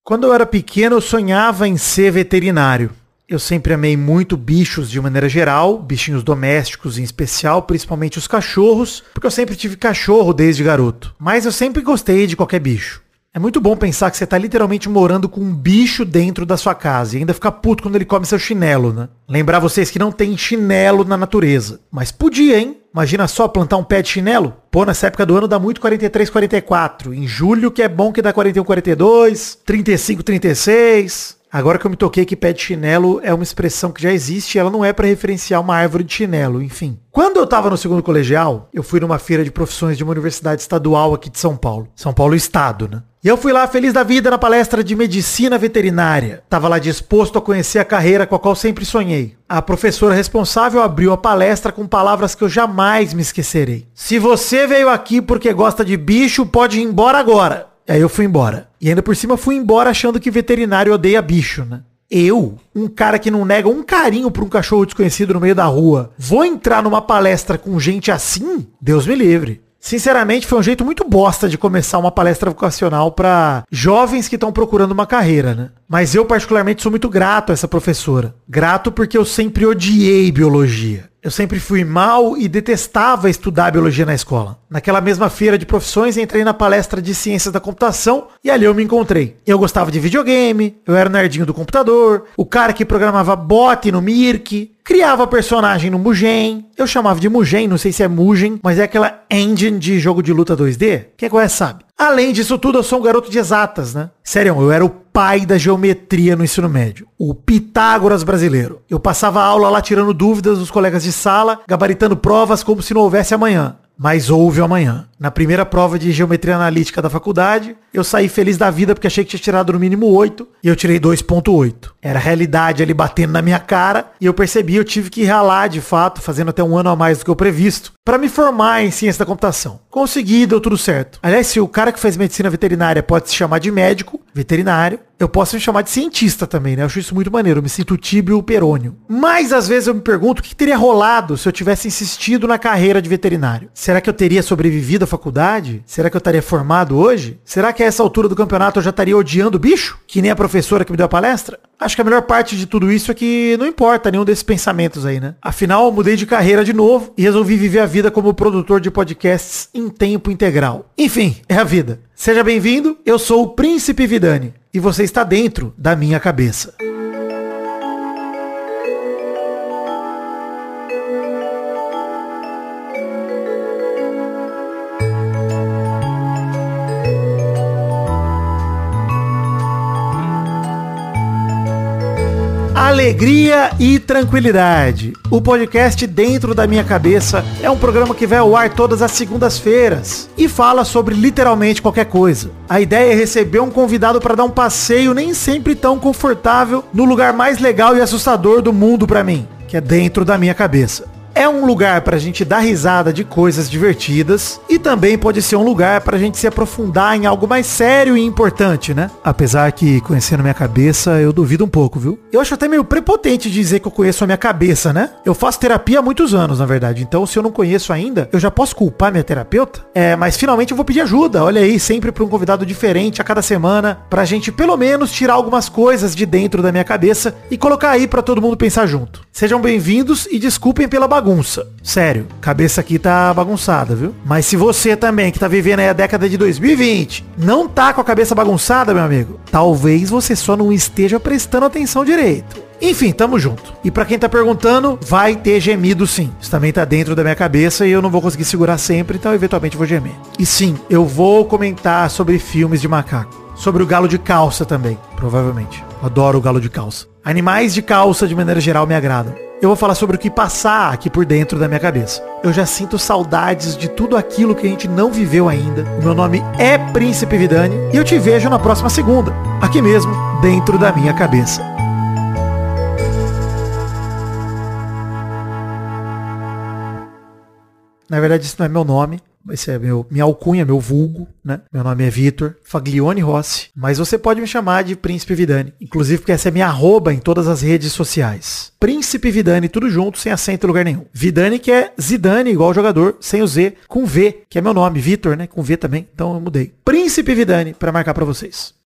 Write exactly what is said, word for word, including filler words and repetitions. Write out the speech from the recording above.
Quando eu era pequeno, eu sonhava em ser veterinário. Eu sempre amei muito bichos de maneira geral, bichinhos domésticos em especial, principalmente os cachorros, porque eu sempre tive cachorro desde garoto. Mas eu sempre gostei de qualquer bicho. É muito bom pensar que você tá literalmente morando com um bicho dentro da sua casa e ainda ficar puto quando ele come seu chinelo, né? Lembrar vocês que não tem chinelo na natureza. Mas podia, hein? Imagina só plantar um pé de chinelo. Pô, nessa época do ano dá muito quarenta e três, quarenta e quatro. Em julho que é bom que dá quarenta e um, quarenta e dois, trinta e cinco, trinta e seis. Agora que eu me toquei que pé de chinelo é uma expressão que já existe, ela não é para referenciar uma árvore de chinelo, enfim. Quando eu tava no segundo colegial, eu fui numa feira de profissões de uma universidade estadual aqui de São Paulo. São Paulo Estado, né? E eu fui lá feliz da vida na palestra de medicina veterinária. Tava lá disposto a conhecer a carreira com a qual sempre sonhei. A professora responsável abriu a palestra com palavras que eu jamais me esquecerei. Se você veio aqui porque gosta de bicho, pode ir embora agora. Aí eu fui embora. E ainda por cima fui embora achando que veterinário odeia bicho, né? Eu, um cara que não nega um carinho pra um cachorro desconhecido no meio da rua, vou entrar numa palestra com gente assim? Deus me livre. Sinceramente, foi um jeito muito bosta de começar uma palestra vocacional pra jovens que estão procurando uma carreira, né? Mas eu particularmente sou muito grato a essa professora. Grato porque eu sempre odiei biologia. Eu sempre fui mal e detestava estudar biologia na escola. Naquela mesma feira de profissões, entrei na palestra de ciências da computação e ali eu me encontrei. Eu gostava de videogame, eu era o nerdinho do computador, o cara que programava bot no Mirk, criava personagem no Mugen. Eu chamava de Mugen, não sei se é Mugen, mas é aquela engine de jogo de luta dois D. Quem conhece sabe. Além disso tudo, eu sou um garoto de exatas, né? Sério, eu era o pai da geometria no ensino médio. O Pitágoras brasileiro. Eu passava aula lá tirando dúvidas dos colegas de sala, gabaritando provas como se não houvesse amanhã. Mas houve o amanhã. Na primeira prova de geometria analítica da faculdade, eu saí feliz da vida porque achei que tinha tirado no mínimo oito e eu tirei dois ponto oito. Era a realidade ali batendo na minha cara e eu percebi, eu tive que ralar de fato, fazendo até um ano a mais do que o previsto, para me formar em ciência da computação. Consegui, deu tudo certo. Aliás, se o cara que faz medicina veterinária pode se chamar de médico, veterinário, eu posso me chamar de cientista também, né? Eu acho isso muito maneiro, eu me sinto Tíbio Perônio. Mas às vezes eu me pergunto o que teria rolado se eu tivesse insistido na carreira de veterinário. Será que eu teria sobrevivido à faculdade? Será que eu estaria formado hoje? Será que a essa altura do campeonato eu já estaria odiando o bicho? Que nem a professora que me deu a palestra? Acho que a melhor parte de tudo isso é que não importa nenhum desses pensamentos aí, né? Afinal, eu mudei de carreira de novo e resolvi viver a vida como produtor de podcasts em tempo integral. Enfim, é a vida. Seja bem-vindo, eu sou o Príncipe Vidani e você está dentro da minha cabeça. Alegria e tranquilidade. O podcast Dentro da Minha Cabeça é um programa que vai ao ar todas as segundas-feiras e fala sobre literalmente qualquer coisa. A ideia é receber um convidado para dar um passeio nem sempre tão confortável no lugar mais legal e assustador do mundo para mim, que é dentro da minha cabeça. É um lugar pra gente dar risada de coisas divertidas e também pode ser um lugar pra gente se aprofundar em algo mais sério e importante, né? Apesar que, conhecendo minha cabeça, eu duvido um pouco, viu? Eu acho até meio prepotente dizer que eu conheço a minha cabeça, né? Eu faço terapia há muitos anos, na verdade. Então, se eu não conheço ainda, eu já posso culpar minha terapeuta? É, mas finalmente eu vou pedir ajuda. Olha aí, sempre pra um convidado diferente a cada semana, pra gente pelo menos tirar algumas coisas de dentro da minha cabeça e colocar aí pra todo mundo pensar junto. Sejam bem-vindos e desculpem pela bagunça. Bagunça. Sério, cabeça aqui tá bagunçada, viu? Mas se você também, que tá vivendo aí a década de dois mil e vinte, não tá com a cabeça bagunçada, meu amigo, talvez você só não esteja prestando atenção direito. Enfim, tamo junto. E pra quem tá perguntando, vai ter gemido sim. Isso também tá dentro da minha cabeça e eu não vou conseguir segurar sempre, então eventualmente eu vou gemer. E sim, eu vou comentar sobre filmes de macaco. Sobre o galo de calça também, provavelmente. Adoro o galo de calça. Animais de calça, de maneira geral, me agradam. Eu vou falar sobre o que passar aqui por dentro da minha cabeça. Eu já sinto saudades de tudo aquilo que a gente não viveu ainda. O meu nome é Príncipe Vidani e eu te vejo na próxima segunda, aqui mesmo, dentro da minha cabeça. Na verdade, isso não é meu nome. Esse é meu, minha alcunha, meu vulgo, né? Meu nome é Vitor Faglione Rossi, mas você pode me chamar de Príncipe Vidani. Inclusive porque essa é minha arroba em todas as redes sociais. Príncipe Vidani, tudo junto, sem acento em lugar nenhum. Vidani, que é Zidane, igual o jogador, sem o Z, com V, que é meu nome, Vitor, né? Com V também, então eu mudei. Príncipe Vidani, pra marcar pra vocês.